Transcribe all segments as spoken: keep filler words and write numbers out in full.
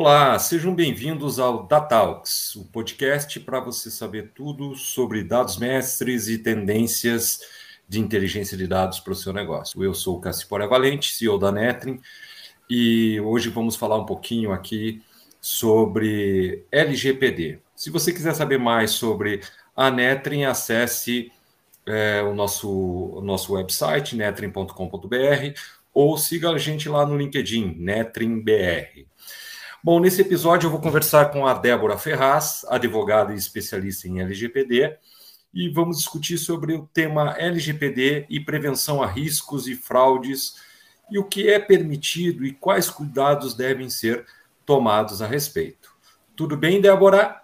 Olá, sejam bem-vindos ao Datalks, o podcast para você saber tudo sobre dados mestres e tendências de inteligência de dados para o seu negócio. Eu sou o Cassipora Valente, C E O da Netrin, e hoje vamos falar um pouquinho aqui sobre L G P D. Se você quiser saber mais sobre a Netrin, acesse é, o, nosso, o nosso website, netrin ponto com ponto br, ou siga a gente lá no LinkedIn, NetrinBR. Bom, nesse episódio eu vou conversar com a Débora Ferraz, advogada e especialista em L G P D, e vamos discutir sobre o tema L G P D e prevenção a riscos e fraudes, e o que é permitido e quais cuidados devem ser tomados a respeito. Tudo bem, Débora?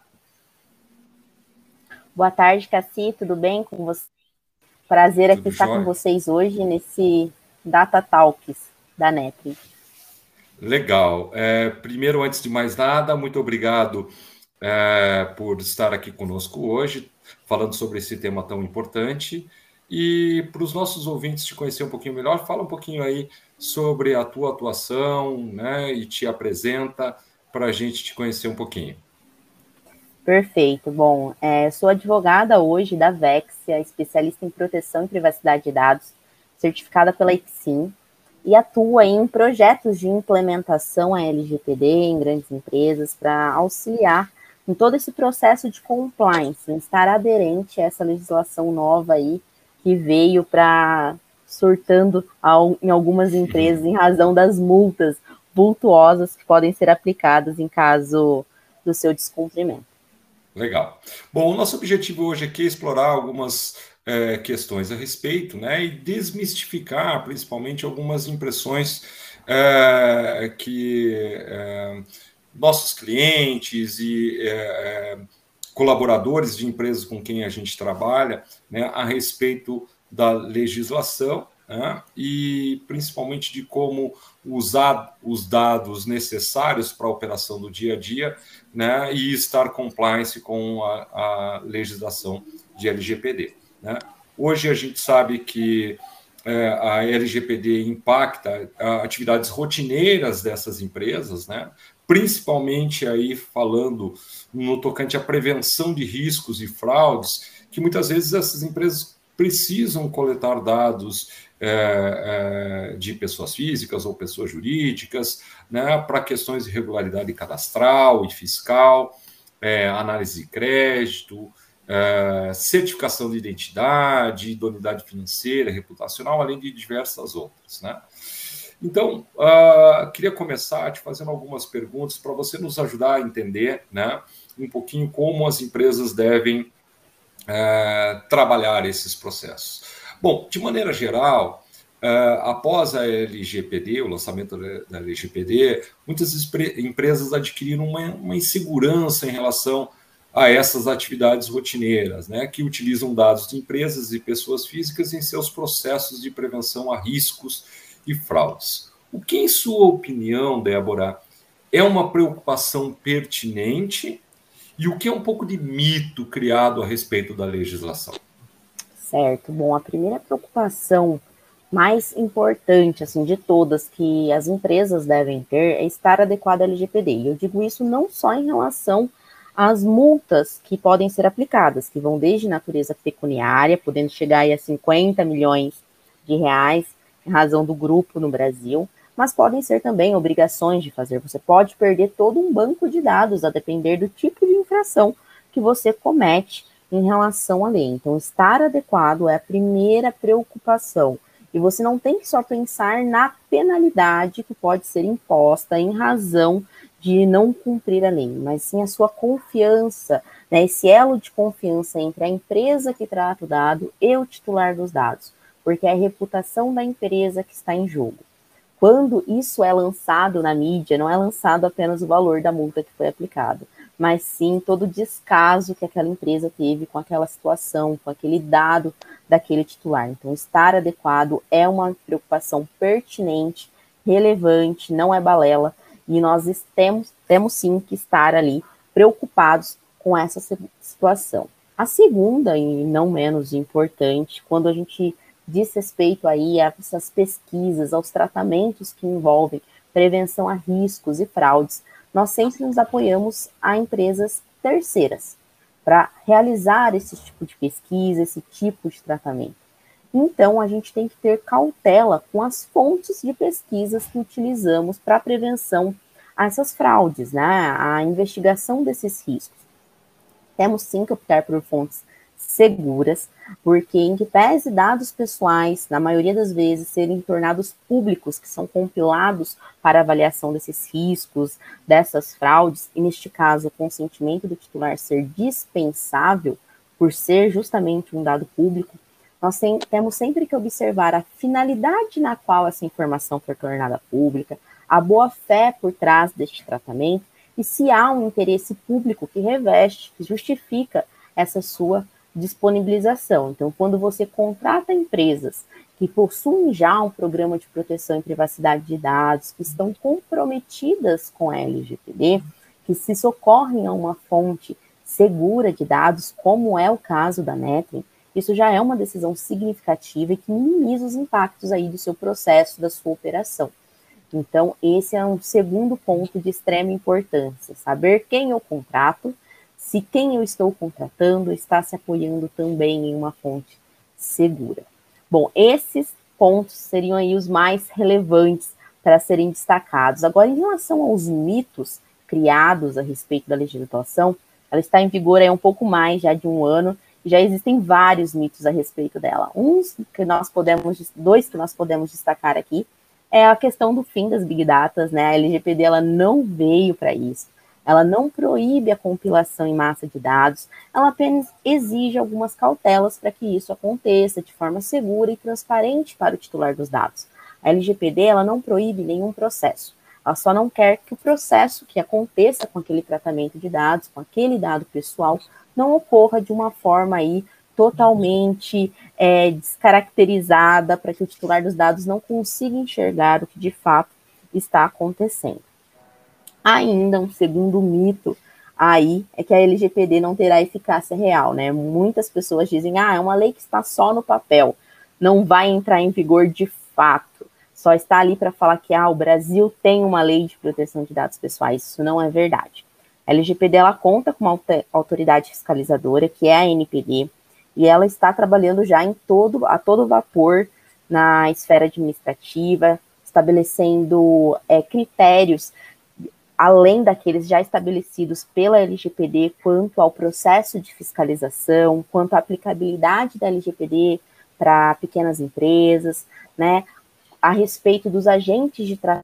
Boa tarde, Cassi, tudo bem com você? Prazer aqui estar com vocês hoje nesse Data Talks da Netrin. Legal. É, primeiro, antes de mais nada, muito obrigado é, por estar aqui conosco hoje, falando sobre esse tema tão importante. E para os nossos ouvintes te conhecer um pouquinho melhor, fala um pouquinho aí sobre a tua atuação, né, e te apresenta para a gente te conhecer um pouquinho. Perfeito. Bom, é, sou advogada hoje da Vexia, especialista em proteção e privacidade de dados, certificada pela I P S I M, e atua em projetos de implementação a L G P D em grandes empresas para auxiliar em todo esse processo de compliance, em estar aderente a essa legislação nova aí que veio para surtando ao, em algumas empresas em razão das multas vultuosas que podem ser aplicadas em caso do seu descumprimento. Legal. Bom, o nosso objetivo hoje aqui é explorar algumas é, questões a respeito, né, e desmistificar principalmente algumas impressões é, que é, nossos clientes e é, colaboradores de empresas com quem a gente trabalha, né, a respeito da legislação, né, e principalmente de como usar os dados necessários para a operação do dia a dia, né, e estar compliance com a, a legislação de L G P D. Né? Hoje a gente sabe que é, a L G P D impacta atividades rotineiras dessas empresas, né? Principalmente aí falando no tocante à prevenção de riscos e fraudes, que muitas vezes essas empresas precisam coletar dados é, é, de pessoas físicas ou pessoas jurídicas, né, para questões de regularidade cadastral e fiscal, é, análise de crédito, é, certificação de identidade, idoneidade financeira, reputacional, além de diversas outras, né? Então, uh, queria começar te fazendo algumas perguntas para você nos ajudar a entender, né, um pouquinho como as empresas devem uh, trabalhar esses processos. Bom, de maneira geral, uh, após a L G P D, o lançamento da L G P D, muitas empresas adquiriram uma, uma insegurança em relação a essas atividades rotineiras, né, que utilizam dados de empresas e pessoas físicas em seus processos de prevenção a riscos e fraudes. O que, em sua opinião, Débora, é uma preocupação pertinente e o que é um pouco de mito criado a respeito da legislação? Certo. Bom, a primeira preocupação mais importante, assim, de todas que as empresas devem ter é estar adequada à L G P D. E eu digo isso não só em relação às multas que podem ser aplicadas, que vão desde natureza pecuniária, podendo chegar aí a cinquenta milhões de reais, em razão do grupo no Brasil, mas podem ser também obrigações de fazer. Você pode perder todo um banco de dados, a depender do tipo de infração que você comete em relação à lei. Então, estar adequado é a primeira preocupação. E você não tem que só pensar na penalidade que pode ser imposta em razão de não cumprir a lei, mas sim a sua confiança, né, esse elo de confiança entre a empresa que trata o dado e o titular dos dados, porque é a reputação da empresa que está em jogo. Quando isso é lançado na mídia, não é lançado apenas o valor da multa que foi aplicado, mas sim todo o descaso que aquela empresa teve com aquela situação, com aquele dado daquele titular. Então, estar adequado é uma preocupação pertinente, relevante, não é balela, e nós temos, temos sim que estar ali preocupados com essa situação. A segunda, e não menos importante, quando a gente diz respeito aí a essas pesquisas, aos tratamentos que envolvem prevenção a riscos e fraudes, nós sempre nos apoiamos a empresas terceiras para realizar esse tipo de pesquisa, esse tipo de tratamento. Então, a gente tem que ter cautela com as fontes de pesquisas que utilizamos para a prevenção a essas fraudes, né? A investigação desses riscos. Temos sim que optar por fontes seguras, porque em que pese dados pessoais, na maioria das vezes, serem tornados públicos, que são compilados para avaliação desses riscos, dessas fraudes, e neste caso o consentimento do titular ser dispensável, por ser justamente um dado público, nós tem, temos sempre que observar a finalidade na qual essa informação foi tornada pública, a boa-fé por trás deste tratamento, e se há um interesse público que reveste, que justifica essa sua disponibilização. Então, quando você contrata empresas que possuem já um programa de proteção e privacidade de dados, que estão comprometidas com a L G P D, que se socorrem a uma fonte segura de dados, como é o caso da Netlin, isso já é uma decisão significativa e que minimiza os impactos aí do seu processo, da sua operação. Então, esse é um segundo ponto de extrema importância, saber quem eu contrato, se quem eu estou contratando está se apoiando também em uma fonte segura. Bom, esses pontos seriam aí os mais relevantes para serem destacados. Agora, em relação aos mitos criados a respeito da legislação, ela está em vigor há um pouco mais já de um ano, e já existem vários mitos a respeito dela. Uns que nós podemos, dois que nós podemos destacar aqui, é a questão do fim das Big Datas, né? A L G P D ela não veio para isso. Ela não proíbe a compilação em massa de dados, ela apenas exige algumas cautelas para que isso aconteça de forma segura e transparente para o titular dos dados. A L G P D ela não proíbe nenhum processo, ela só não quer que o processo que aconteça com aquele tratamento de dados, com aquele dado pessoal, não ocorra de uma forma aí totalmente é, descaracterizada para que o titular dos dados não consiga enxergar o que de fato está acontecendo. Ainda um segundo mito aí é que a L G P D não terá eficácia real, né? Muitas pessoas dizem, ah, é uma lei que está só no papel, não vai entrar em vigor de fato, só está ali para falar que ah, o Brasil tem uma lei de proteção de dados pessoais. Isso não é verdade. A L G P D ela conta com uma autoridade fiscalizadora, que é a A N P D, e ela está trabalhando já em todo, a todo vapor na esfera administrativa, estabelecendo é, critérios além daqueles já estabelecidos pela L G P D, quanto ao processo de fiscalização, quanto à aplicabilidade da L G P D para pequenas empresas, né, a respeito dos agentes de tratamento,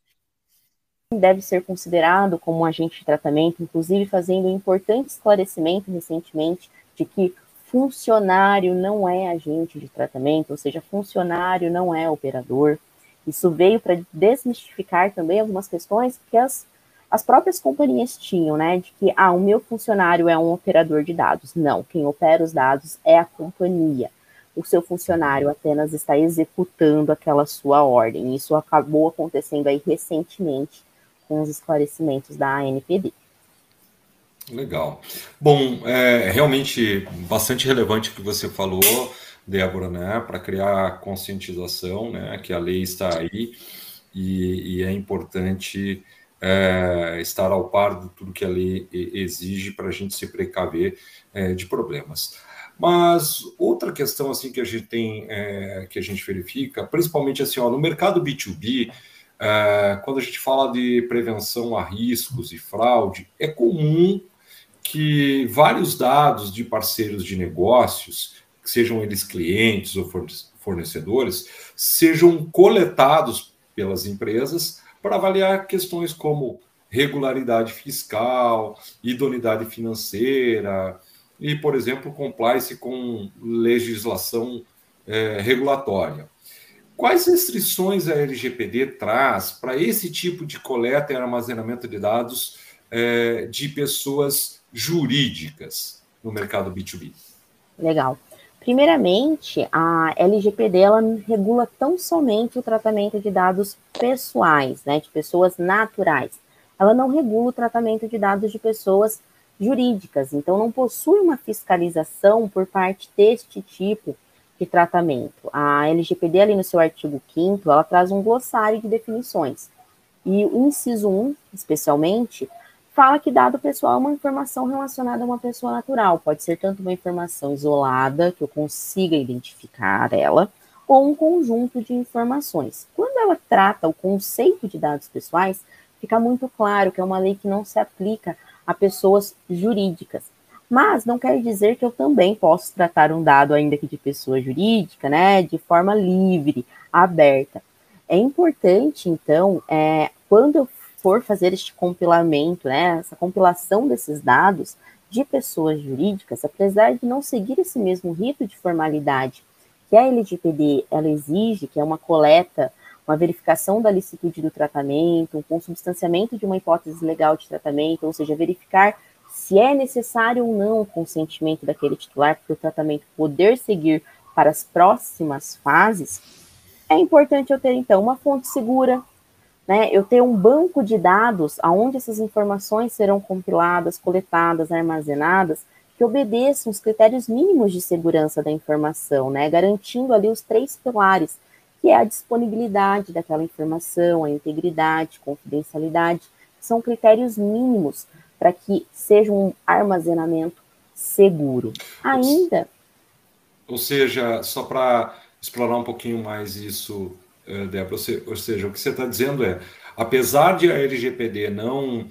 deve ser considerado como um agente de tratamento, inclusive fazendo um importante esclarecimento recentemente de que funcionário não é agente de tratamento, ou seja, funcionário não é operador. Isso veio para desmistificar também algumas questões que as as próprias companhias tinham, né, de que, ah, o meu funcionário é um operador de dados. Não, quem opera os dados é a companhia. O seu funcionário apenas está executando aquela sua ordem. Isso acabou acontecendo aí recentemente com os esclarecimentos da A N P D. Legal. Bom, é realmente bastante relevante o que você falou, Débora, né, para criar conscientização, né, que a lei está aí e, e é importante É, estar ao par de tudo que a lei exige para a gente se precaver é, de problemas. Mas outra questão assim que a gente tem, é, que a gente verifica, principalmente assim, ó, no mercado B dois B, é, quando a gente fala de prevenção a riscos e fraude, é comum que vários dados de parceiros de negócios, sejam eles clientes ou fornecedores, sejam coletados pelas empresas para avaliar questões como regularidade fiscal, idoneidade financeira e, por exemplo, compliance com legislação é, regulatória. Quais restrições a L G P D traz para esse tipo de coleta e armazenamento de dados é, de pessoas jurídicas no mercado B dois B? Legal. Primeiramente, a L G P D ela regula tão somente o tratamento de dados pessoais, né, de pessoas naturais. Ela não regula o tratamento de dados de pessoas jurídicas, então não possui uma fiscalização por parte deste tipo de tratamento. A L G P D, ali no seu artigo quinto, ela traz um glossário de definições. E o inciso um, especialmente, fala que dado pessoal é uma informação relacionada a uma pessoa natural. Pode ser tanto uma informação isolada, que eu consiga identificar ela, ou um conjunto de informações. Quando ela trata o conceito de dados pessoais, fica muito claro que é uma lei que não se aplica a pessoas jurídicas. Mas não quer dizer que eu também posso tratar um dado, ainda que de pessoa jurídica, né, de forma livre, aberta. É importante, então, é, quando eu for fazer este compilamento, né, essa compilação desses dados de pessoas jurídicas, apesar de não seguir esse mesmo rito de formalidade que a L G P D ela exige, que é uma coleta, uma verificação da licitude do tratamento, um consubstanciamento de uma hipótese legal de tratamento, ou seja, verificar se é necessário ou não o consentimento daquele titular para o tratamento poder seguir para as próximas fases, é importante eu ter, então, uma fonte segura, né? Eu ter um banco de dados onde essas informações serão compiladas, coletadas, armazenadas, que obedeçam os critérios mínimos de segurança da informação, né? Garantindo ali os três pilares, que é a disponibilidade daquela informação, a integridade, confidencialidade, são critérios mínimos para que seja um armazenamento seguro. Ainda... Ou seja, só para explorar um pouquinho mais isso, Débora, ou seja, o que você está dizendo é, apesar de a L G P D não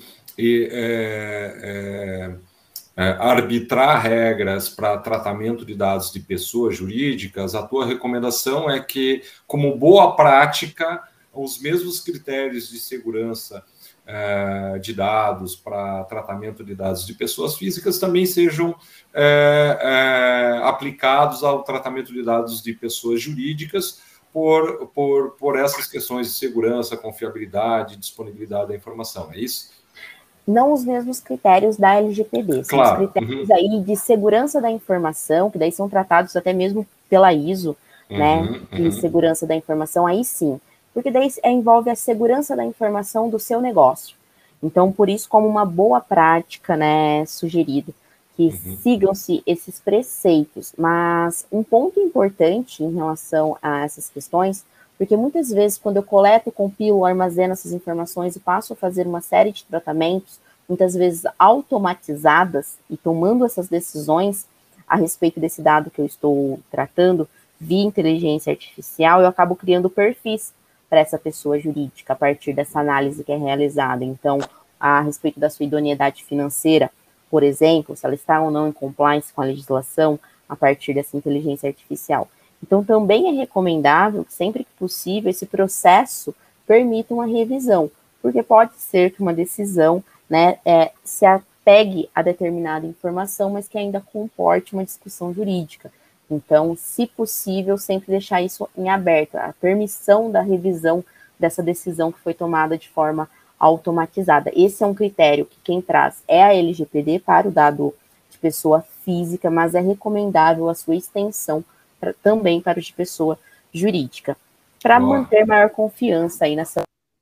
é, é, é, arbitrar regras para tratamento de dados de pessoas jurídicas, a tua recomendação é que, como boa prática, os mesmos critérios de segurança de dados para tratamento de dados de pessoas físicas também sejam é, é, aplicados ao tratamento de dados de pessoas jurídicas por, por, por essas questões de segurança, confiabilidade, disponibilidade da informação, é isso? Não os mesmos critérios da L G P D, são claro. os critérios uhum. aí de segurança da informação, que daí são tratados até mesmo pela I S O, uhum, né, de uhum. segurança da informação, aí sim, porque daí envolve a segurança da informação do seu negócio. Então, por isso, como uma boa prática, né, sugerido, que uhum. sigam-se esses preceitos. Mas um ponto importante em relação a essas questões, porque muitas vezes, quando eu coleto, compilo, armazeno essas informações e passo a fazer uma série de tratamentos, muitas vezes automatizadas, e tomando essas decisões a respeito desse dado que eu estou tratando, via inteligência artificial, eu acabo criando perfis para essa pessoa jurídica, a partir dessa análise que é realizada. Então, a respeito da sua idoneidade financeira, por exemplo, se ela está ou não em compliance com a legislação, a partir dessa inteligência artificial. Então, também é recomendável que, sempre que possível, esse processo permita uma revisão, porque pode ser que uma decisão, né, é, se apegue a determinada informação, mas que ainda comporte uma discussão jurídica. Então, se possível, sempre deixar isso em aberto, a permissão da revisão dessa decisão que foi tomada de forma automatizada. Esse é um critério que quem traz é a L G P D para o dado de pessoa física, mas é recomendável a sua extensão pra, também para o de pessoa jurídica, para manter maior confiança aí nessa...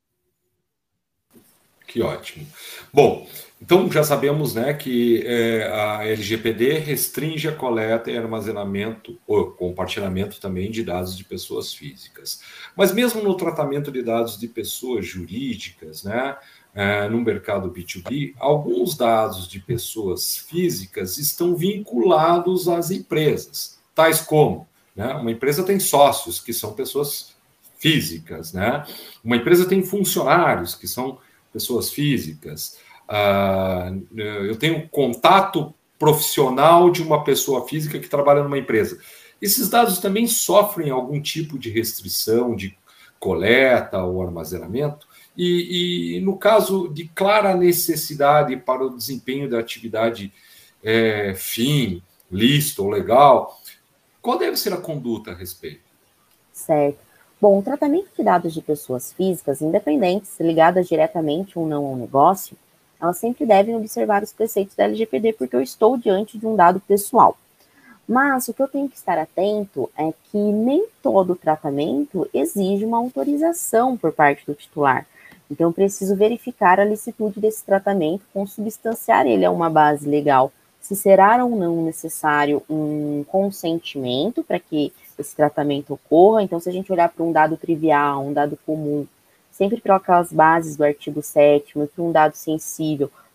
Que ótimo. Bom, então já sabemos, né, que é, a L G P D restringe a coleta e armazenamento ou compartilhamento também de dados de pessoas físicas. Mas mesmo no tratamento de dados de pessoas jurídicas, né, é, no mercado B dois B, alguns dados de pessoas físicas estão vinculados às empresas, tais como, né, uma empresa tem sócios, que são pessoas físicas, né, uma empresa tem funcionários, que são pessoas físicas, uh, eu tenho contato profissional de uma pessoa física que trabalha numa empresa. Esses dados também sofrem algum tipo de restrição de coleta ou armazenamento? E, e no caso de clara necessidade para o desempenho da atividade é, fim, lícita ou legal, qual deve ser a conduta a respeito? Certo. Bom, o tratamento de dados de pessoas físicas, independentes, se ligadas diretamente ou não ao negócio, elas sempre devem observar os preceitos da L G P D, porque eu estou diante de um dado pessoal. Mas o que eu tenho que estar atento é que nem todo tratamento exige uma autorização por parte do titular. Então, eu preciso verificar a licitude desse tratamento, consubstanciar ele a uma base legal, se será ou não necessário um consentimento para que esse tratamento ocorra. Então, se a gente olhar para um dado trivial, um dado comum, sempre para aquelas bases do artigo sétimo, para um dado sensível,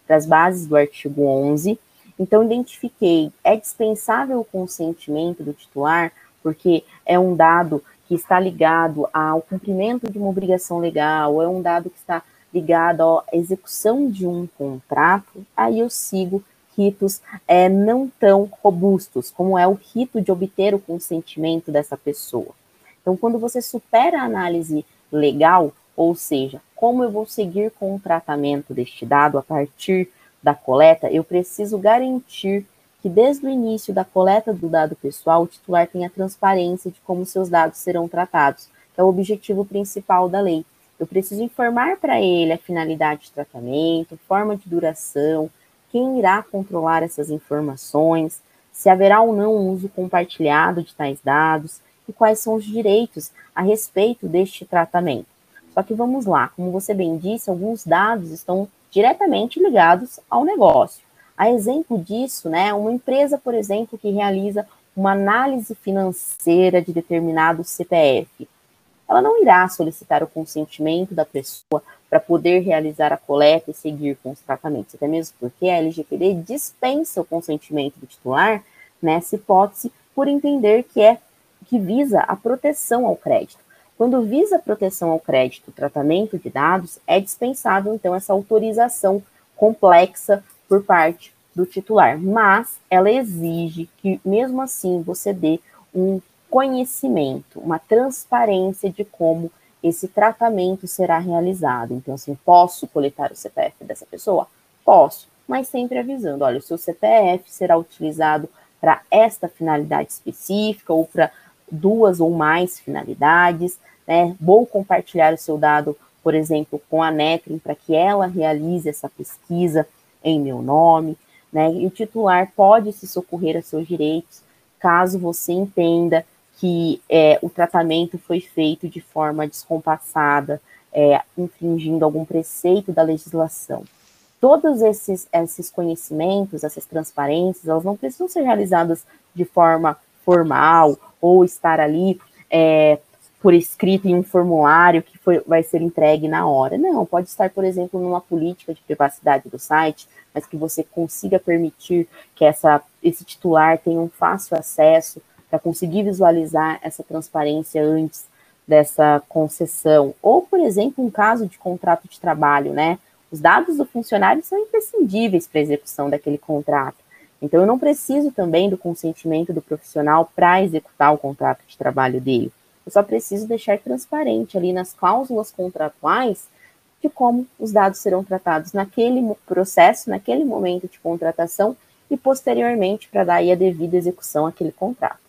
para as bases do artigo onze. Então, identifiquei, é dispensável o consentimento do titular, porque é um dado que está ligado ao cumprimento de uma obrigação legal, é um dado que está ligado à execução de um contrato, aí eu sigo ritos é, não tão robustos, como é o rito de obter o consentimento dessa pessoa. Então, quando você supera a análise legal, ou seja, como eu vou seguir com o tratamento deste dado a partir da coleta, eu preciso garantir que desde o início da coleta do dado pessoal, o titular tenha transparência de como seus dados serão tratados, que é o objetivo principal da lei. Eu preciso informar para ele a finalidade de tratamento, forma de duração, quem irá controlar essas informações, se haverá ou não um uso compartilhado de tais dados e quais são os direitos a respeito deste tratamento. Só que vamos lá, como você bem disse, alguns dados estão diretamente ligados ao negócio. A exemplo disso, né, uma empresa, por exemplo, que realiza uma análise financeira de determinado C P F, ela não irá solicitar o consentimento da pessoa para poder realizar a coleta e seguir com os tratamentos, até mesmo porque a L G P D dispensa o consentimento do titular nessa hipótese por entender que é que visa a proteção ao crédito. Quando visa a proteção ao crédito, o tratamento de dados, é dispensável, então, essa autorização complexa por parte do titular. Mas ela exige que, mesmo assim, você dê um conhecimento, uma transparência de como esse tratamento será realizado. Então, assim, posso coletar o C P F dessa pessoa? Posso, mas sempre avisando, olha, o seu C P F será utilizado para esta finalidade específica ou para duas ou mais finalidades, né? Vou compartilhar o seu dado, por exemplo, com a Netrim para que ela realize essa pesquisa em meu nome, né? E o titular pode se socorrer a seus direitos caso você entenda que é, o tratamento foi feito de forma descompassada, é, infringindo algum preceito da legislação. Todos esses, esses conhecimentos, essas transparências, elas não precisam ser realizadas de forma formal ou estar ali é, por escrito em um formulário que foi, vai ser entregue na hora. Não, pode estar, por exemplo, numa política de privacidade do site, mas que você consiga permitir que essa, esse titular tenha um fácil acesso para conseguir visualizar essa transparência antes dessa concessão. Ou, por exemplo, um caso de contrato de trabalho, né? Os dados do funcionário são imprescindíveis para a execução daquele contrato. Então, eu não preciso também do consentimento do profissional para executar o contrato de trabalho dele. Eu só preciso deixar transparente ali nas cláusulas contratuais de como os dados serão tratados naquele processo, naquele momento de contratação e posteriormente para dar aí a devida execução àquele contrato.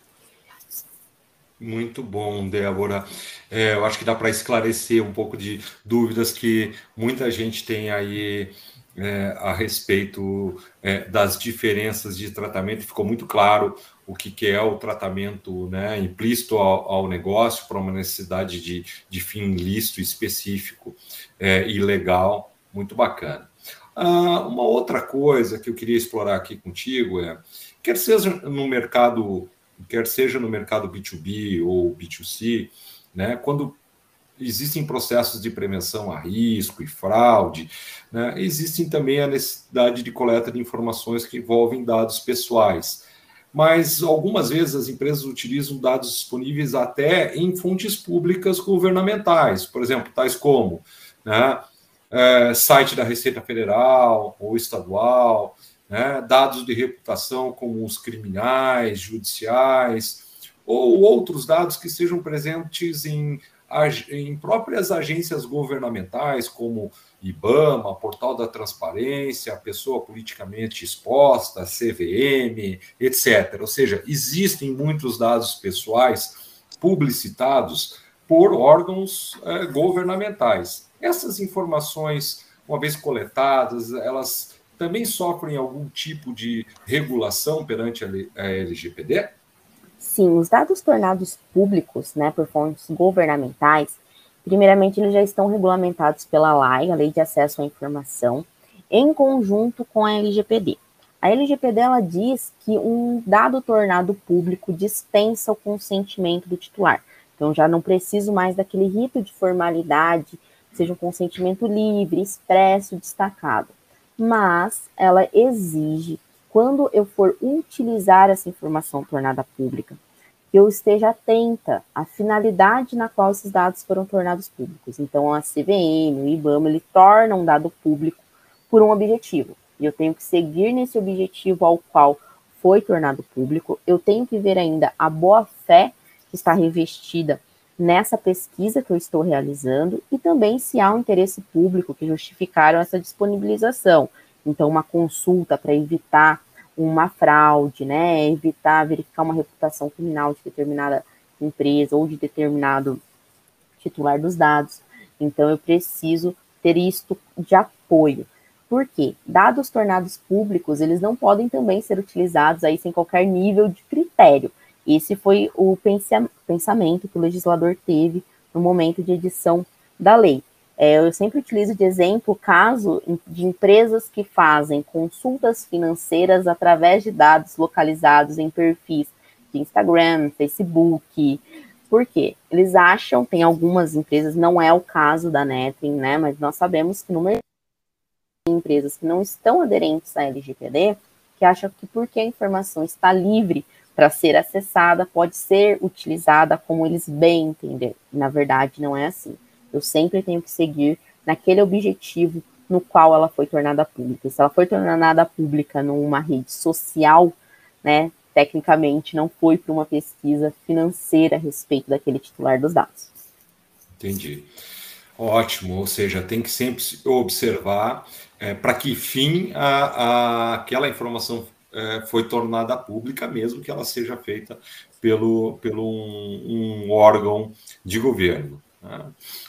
Muito bom, Débora. É, eu acho que dá para esclarecer um pouco de dúvidas que muita gente tem aí é, a respeito é, das diferenças de tratamento. Ficou muito claro o que, que é o tratamento, né, implícito ao, ao negócio para uma necessidade de, de fim lícito específico é, e legal. Muito bacana. Ah, uma outra coisa que eu queria explorar aqui contigo é, quer seja no mercado quer seja no mercado B dois B ou B dois C, né, quando existem processos de prevenção a risco e fraude, né, existem também a necessidade de coleta de informações que envolvem dados pessoais. Mas algumas vezes as empresas utilizam dados disponíveis até em fontes públicas governamentais, por exemplo, tais como, né, é, site da Receita Federal ou estadual, né, dados de reputação como os criminais, judiciais, ou outros dados que sejam presentes em, em próprias agências governamentais, como IBAMA, Portal da Transparência, Pessoa Politicamente Exposta, C V M, etcétera. Ou seja, existem muitos dados pessoais publicitados por órgãos eh, governamentais. Essas informações, uma vez coletadas, elas também sofrem algum tipo de regulação perante a L G P D? Sim, os dados tornados públicos, né, por fontes governamentais, primeiramente eles já estão regulamentados pela L A I, a Lei de Acesso à Informação, em conjunto com a L G P D. A L G P D ela diz que um dado tornado público dispensa o consentimento do titular. Então já não preciso mais daquele rito de formalidade, que seja um consentimento livre, expresso, destacado. mas ela exige, quando eu for utilizar essa informação tornada pública, que eu esteja atenta à finalidade na qual esses dados foram tornados públicos. Então, a C V M, o IBAMA, ele torna um dado público por um objetivo. E eu tenho que seguir nesse objetivo ao qual foi tornado público. Eu tenho que ver ainda a boa-fé que está revestida nessa pesquisa que eu estou realizando e também se há um interesse público que justificaram essa disponibilização. Então, uma consulta para evitar uma fraude, né, evitar verificar uma reputação criminal de determinada empresa ou de determinado titular dos dados. Então, eu preciso ter isto de apoio. Por quê? Dados tornados públicos, eles não podem também ser utilizados aí sem qualquer nível de critério. Esse foi o pensamento que o legislador teve no momento de edição da lei. É, eu sempre utilizo de exemplo o caso de empresas que fazem consultas financeiras através de dados localizados em perfis de Instagram, Facebook. Por quê? Eles acham, tem algumas empresas, não é o caso da Netrim, né? Mas nós sabemos que no mercado tem empresas que não estão aderentes à L G P D, que acham que porque a informação está livre para ser acessada, pode ser utilizada como eles bem entenderem. Na verdade, não é assim. Eu sempre tenho que seguir naquele objetivo no qual ela foi tornada pública. E se ela foi tornada pública numa rede social, né, tecnicamente não foi para uma pesquisa financeira a respeito daquele titular dos dados. Entendi. Ótimo, ou seja, tem que sempre observar é, para que fim a, a, aquela informação é, foi tornada pública, mesmo que ela seja feita pelo, pelo um, um órgão de governo. Né?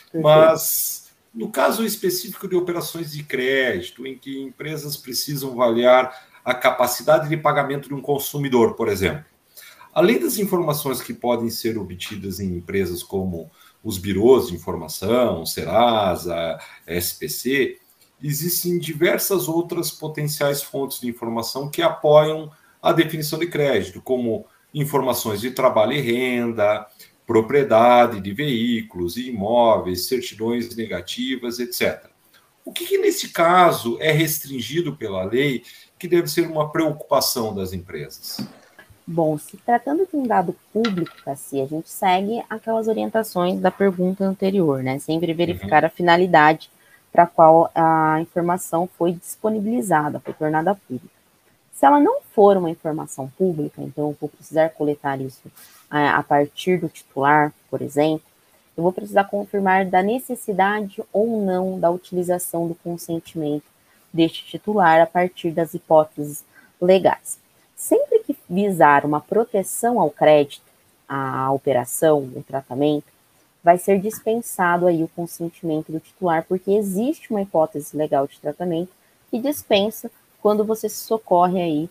Mas, no caso específico de operações de crédito, em que empresas precisam avaliar a capacidade de pagamento de um consumidor, por exemplo, além das informações que podem ser obtidas em empresas como os birôs de informação, Serasa, S P C, existem diversas outras potenciais fontes de informação que apoiam a definição de crédito, como informações de trabalho e renda, propriedade de veículos e imóveis, certidões negativas, etcétera. O que, que, nesse caso, é restringido pela lei, que deve ser uma preocupação das empresas? Bom, se tratando de um dado público, Cassi, a gente segue aquelas orientações da pergunta anterior, né? Sempre verificar uhum. a finalidade para a qual a informação foi disponibilizada, foi tornada pública. Se ela não for uma informação pública, então eu vou precisar coletar isso a partir do titular, por exemplo, eu vou precisar confirmar da necessidade ou não da utilização do consentimento deste titular a partir das hipóteses legais. Sempre que visar uma proteção ao crédito, a operação, o tratamento, vai ser dispensado aí o consentimento do titular, porque existe uma hipótese legal de tratamento que dispensa quando você se socorre aí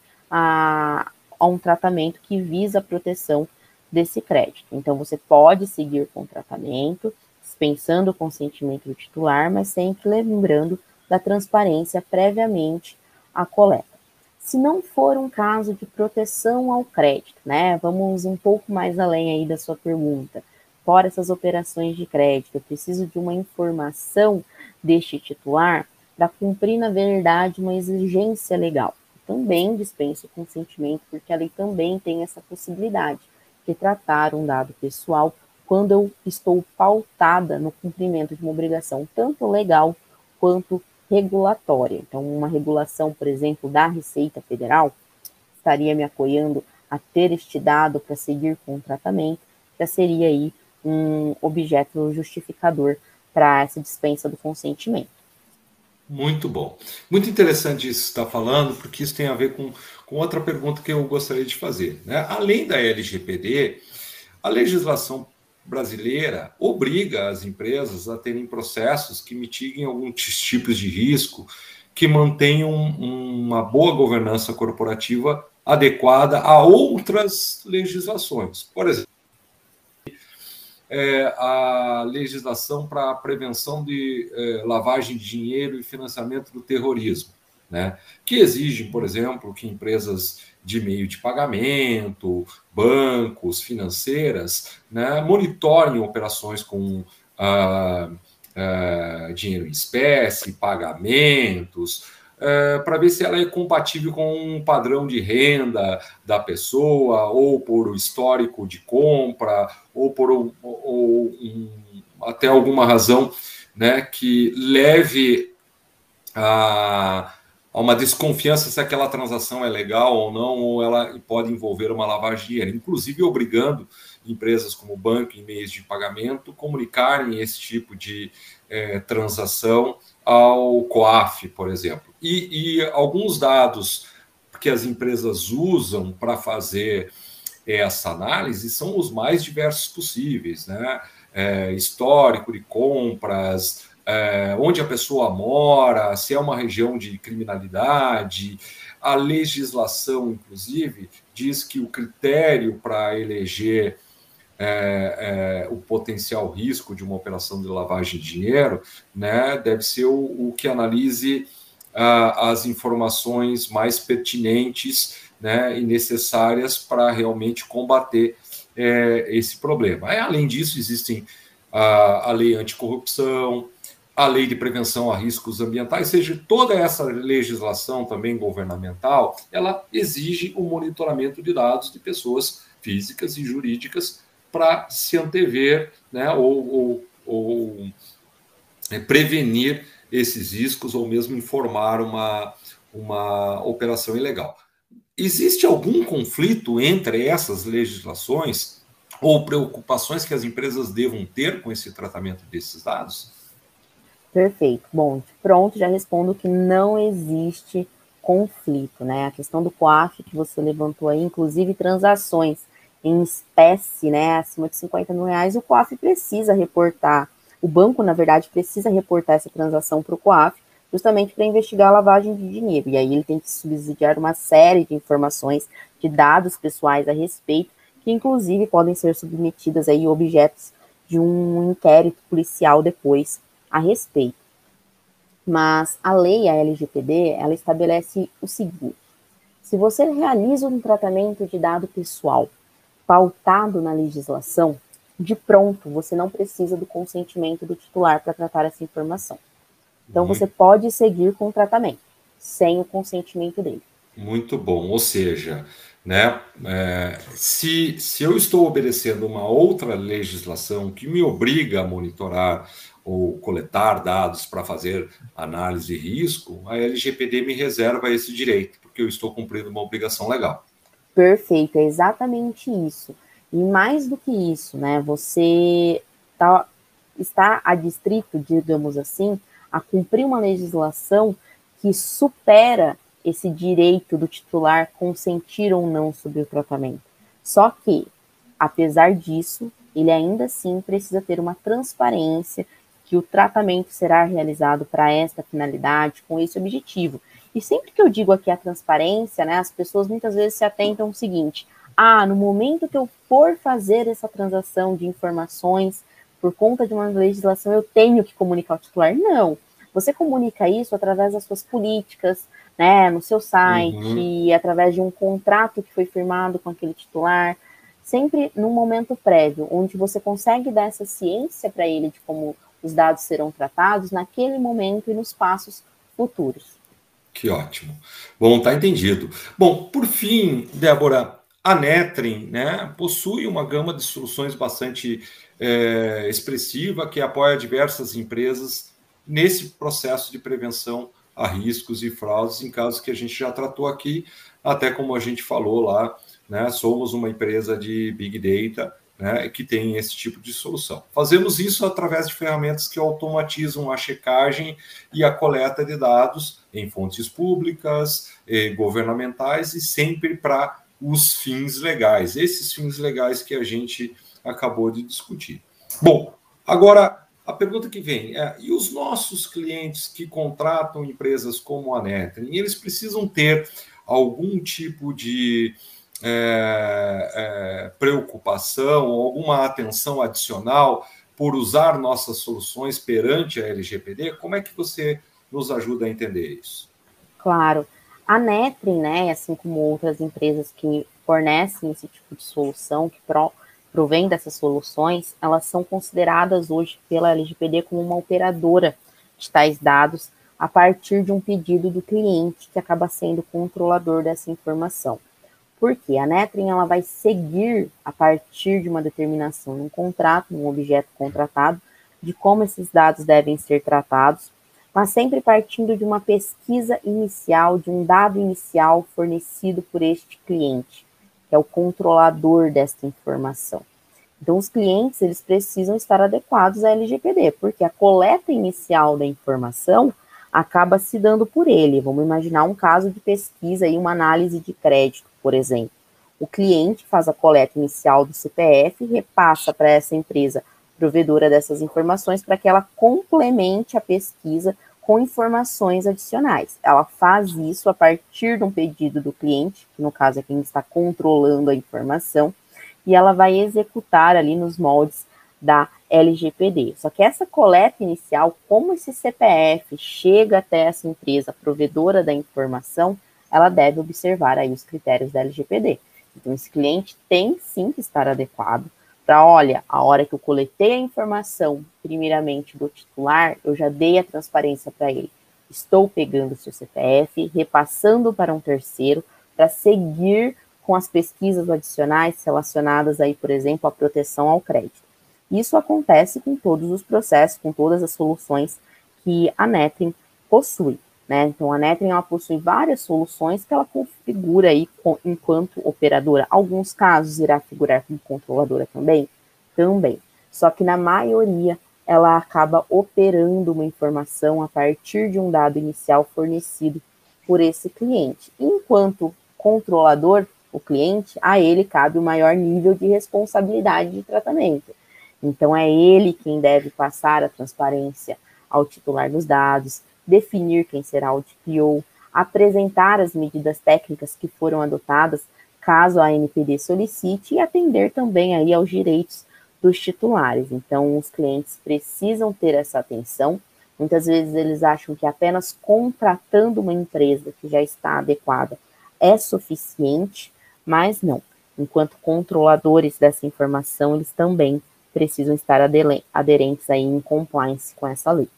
a, a um tratamento que visa a proteção desse crédito. Então, você pode seguir com o tratamento, dispensando o consentimento do titular, mas sempre lembrando da transparência previamente à coleta. Se não for um caso de proteção ao crédito, né? Vamos um pouco mais além aí da sua pergunta. Fora essas operações de crédito, eu preciso de uma informação deste titular para cumprir, na verdade, uma exigência legal. Também dispenso o consentimento, porque a lei também tem essa possibilidade de tratar um dado pessoal quando eu estou pautada no cumprimento de uma obrigação tanto legal quanto regulatória. Então, uma regulação, por exemplo, da Receita Federal, estaria me apoiando a ter este dado para seguir com o tratamento, já seria aí um objeto justificador para essa dispensa do consentimento. Muito bom. Muito interessante isso que você está falando, porque isso tem a ver com, com outra pergunta que eu gostaria de fazer. Né? Além da L G P D, a legislação brasileira obriga as empresas a terem processos que mitiguem alguns tipos de risco, que mantenham uma boa governança corporativa adequada a outras legislações. Por exemplo, é, a legislação para a prevenção de é, lavagem de dinheiro e financiamento do terrorismo, né? Que exigem, por exemplo, que empresas de meio de pagamento, bancos, financeiras, né, monitorem operações com ah, ah, dinheiro em espécie, pagamentos, para ver se ela é compatível com um padrão de renda da pessoa, ou por histórico de compra, ou por um, ou um, até alguma razão, né, que leve a, a uma desconfiança se aquela transação é legal ou não, ou ela pode envolver uma lavagem de dinheiro, inclusive obrigando empresas como banco e meios de pagamento comunicarem esse tipo de é, transação ao COAF, por exemplo. E, e alguns dados que as empresas usam para fazer essa análise são os mais diversos possíveis, né? É, histórico de compras, é, onde a pessoa mora, se é uma região de criminalidade. A legislação, inclusive, diz que o critério para eleger É, é, o potencial risco de uma operação de lavagem de dinheiro, né, deve ser o, o que analise ah, as informações mais pertinentes, né, e necessárias para realmente combater é, esse problema. É, além disso, existem a, a lei anticorrupção, a lei de prevenção a riscos ambientais, ou seja, toda essa legislação também governamental, ela exige o monitoramento de dados de pessoas físicas e jurídicas para se antever, né, ou, ou, ou é, prevenir esses riscos ou mesmo informar uma, uma operação ilegal. Existe algum conflito entre essas legislações ou preocupações que as empresas devam ter com esse tratamento desses dados? Perfeito. Bom, pronto, já respondo que não existe conflito, né? A questão do COAF que você levantou aí, inclusive transações em espécie, né, acima de cinquenta mil reais, o COAF precisa reportar, o banco, na verdade, precisa reportar essa transação para o COAF, justamente para investigar a lavagem de dinheiro. E aí ele tem que subsidiar uma série de informações, de dados pessoais a respeito, que inclusive podem ser submetidas aí objetos de um inquérito policial depois a respeito. Mas a lei, a L G P D, ela estabelece o seguinte: se você realiza um tratamento de dado pessoal pautado na legislação, de pronto, você não precisa do consentimento do titular para tratar essa informação. Então, uhum. Você pode seguir com o tratamento, sem o consentimento dele. Muito bom. Ou seja, né, é, se, se eu estou obedecendo uma outra legislação que me obriga a monitorar ou coletar dados para fazer análise de risco, a L G P D me reserva esse direito, porque eu estou cumprindo uma obrigação legal. Perfeito, é exatamente isso. E mais do que isso, né, você tá, está adstrito, digamos assim, a cumprir uma legislação que supera esse direito do titular consentir ou não sobre o tratamento. Só que, apesar disso, ele ainda assim precisa ter uma transparência que o tratamento será realizado para esta finalidade, com esse objetivo. E sempre que eu digo aqui a transparência, né, as pessoas muitas vezes se atentam ao seguinte: ah, no momento que eu for fazer essa transação de informações, por conta de uma legislação, eu tenho que comunicar ao titular. Não, você comunica isso através das suas políticas, né, no seu site, uhum. através de um contrato que foi firmado com aquele titular, sempre num momento prévio, onde você consegue dar essa ciência para ele de como os dados serão tratados naquele momento e nos passos futuros. Que ótimo. Bom, tá entendido. Bom, por fim, Débora, a Netrin, né, possui uma gama de soluções bastante é, expressiva que apoia diversas empresas nesse processo de prevenção a riscos e fraudes, em casos que a gente já tratou aqui, até como a gente falou lá, né, somos uma empresa de Big Data, né, que tem esse tipo de solução. Fazemos isso através de ferramentas que automatizam a checagem e a coleta de dados em fontes públicas, eh, governamentais e sempre para os fins legais, esses fins legais que a gente acabou de discutir. Bom, agora a pergunta que vem é: e os nossos clientes que contratam empresas como a Netrin, eles precisam ter algum tipo de É, é, preocupação ou alguma atenção adicional por usar nossas soluções perante a L G P D? Como é que você nos ajuda a entender isso? Claro. A Netrin, né, assim como outras empresas que fornecem esse tipo de solução, que pro, provém dessas soluções, elas são consideradas hoje pela L G P D como uma operadora de tais dados a partir de um pedido do cliente, que acaba sendo o controlador dessa informação. Por quê? A Netrin ela vai seguir, a partir de uma determinação num contrato, num objeto contratado, de como esses dados devem ser tratados, mas sempre partindo de uma pesquisa inicial, de um dado inicial fornecido por este cliente, que é o controlador desta informação. Então, os clientes eles precisam estar adequados à L G P D, porque a coleta inicial da informação acaba se dando por ele. Vamos imaginar um caso de pesquisa e uma análise de crédito, por exemplo. O cliente faz a coleta inicial do C P F e repassa para essa empresa provedora dessas informações para que ela complemente a pesquisa com informações adicionais. Ela faz isso a partir de um pedido do cliente, que no caso é quem está controlando a informação, e ela vai executar ali nos moldes da L G P D. Só que essa coleta inicial, como esse C P F chega até essa empresa provedora da informação, ela deve observar aí os critérios da L G P D. Então, esse cliente tem sim que estar adequado para, olha, a hora que eu coletei a informação, primeiramente do titular, eu já dei a transparência para ele. Estou pegando o seu C P F, repassando para um terceiro, para seguir com as pesquisas adicionais relacionadas aí, por exemplo, à proteção ao crédito. Isso acontece com todos os processos, com todas as soluções que a Netrin possui, né? Então, a Netrin ela possui várias soluções que ela configura aí com, enquanto operadora. Alguns casos irá figurar como controladora também? Também. Só que na maioria, ela acaba operando uma informação a partir de um dado inicial fornecido por esse cliente. Enquanto controlador, o cliente, a ele cabe o maior nível de responsabilidade de tratamento. Então, é ele quem deve passar a transparência ao titular dos dados, definir quem será o T P O, apresentar as medidas técnicas que foram adotadas, caso a N P D solicite, e atender também aí aos direitos dos titulares. Então, os clientes precisam ter essa atenção. Muitas vezes eles acham que apenas contratando uma empresa que já está adequada é suficiente, mas não. Enquanto controladores dessa informação, eles também precisam estar aderentes aí em compliance com essa lei.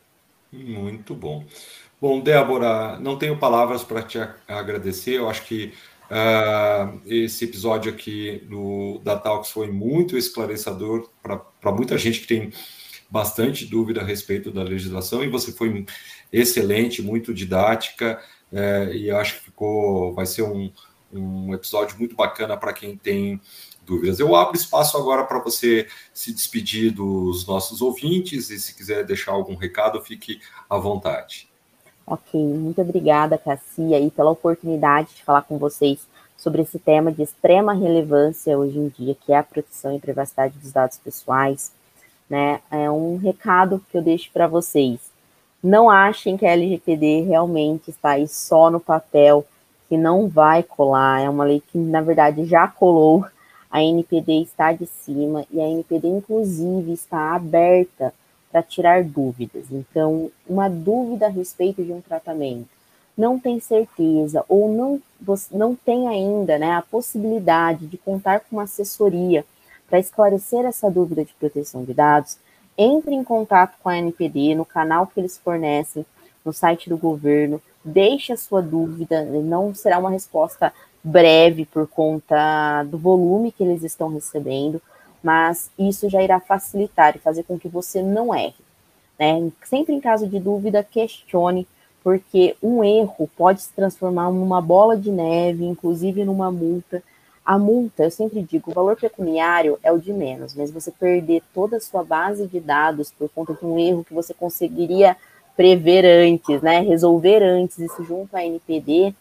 Muito bom. Bom, Débora, não tenho palavras para te agradecer. Eu acho que uh, esse episódio aqui do da Talks foi muito esclarecedor para muita gente que tem bastante dúvida a respeito da legislação, e você foi excelente, muito didática, é, e acho que ficou, vai ser um, um episódio muito bacana para quem tem dúvidas. Eu abro espaço agora para você se despedir dos nossos ouvintes, e se quiser deixar algum recado, fique à vontade. Ok, muito obrigada, Cassia, aí, pela oportunidade de falar com vocês sobre esse tema de extrema relevância hoje em dia, que é a proteção e privacidade dos dados pessoais. Né? É um recado que eu deixo para vocês. Não achem que a L G P D realmente está aí só no papel, que não vai colar. É uma lei que, na verdade, já colou. A N P D está de cima e a N P D, inclusive, está aberta para tirar dúvidas. Então, uma dúvida a respeito de um tratamento, não tem certeza ou não, não tem ainda, né, a possibilidade de contar com uma assessoria para esclarecer essa dúvida de proteção de dados, entre em contato com a N P D no canal que eles fornecem, no site do governo, deixe a sua dúvida, não será uma resposta breve por conta do volume que eles estão recebendo, mas isso já irá facilitar e fazer com que você não erre. Né? Sempre em caso de dúvida, questione, porque um erro pode se transformar numa bola de neve, inclusive numa multa. A multa, eu sempre digo, o valor pecuniário é o de menos, mas você perder toda a sua base de dados por conta de um erro que você conseguiria prever antes, né, resolver antes, isso junto à N P D,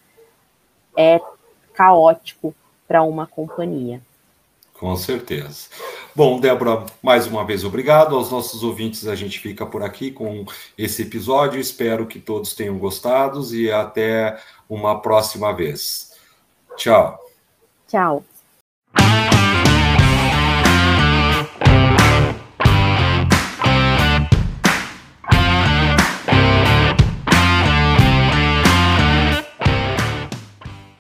é caótico para uma companhia. Com certeza. Bom, Débora, mais uma vez obrigado. Aos nossos ouvintes, a gente fica por aqui com esse episódio. Espero que todos tenham gostado e até uma próxima vez. Tchau. Tchau.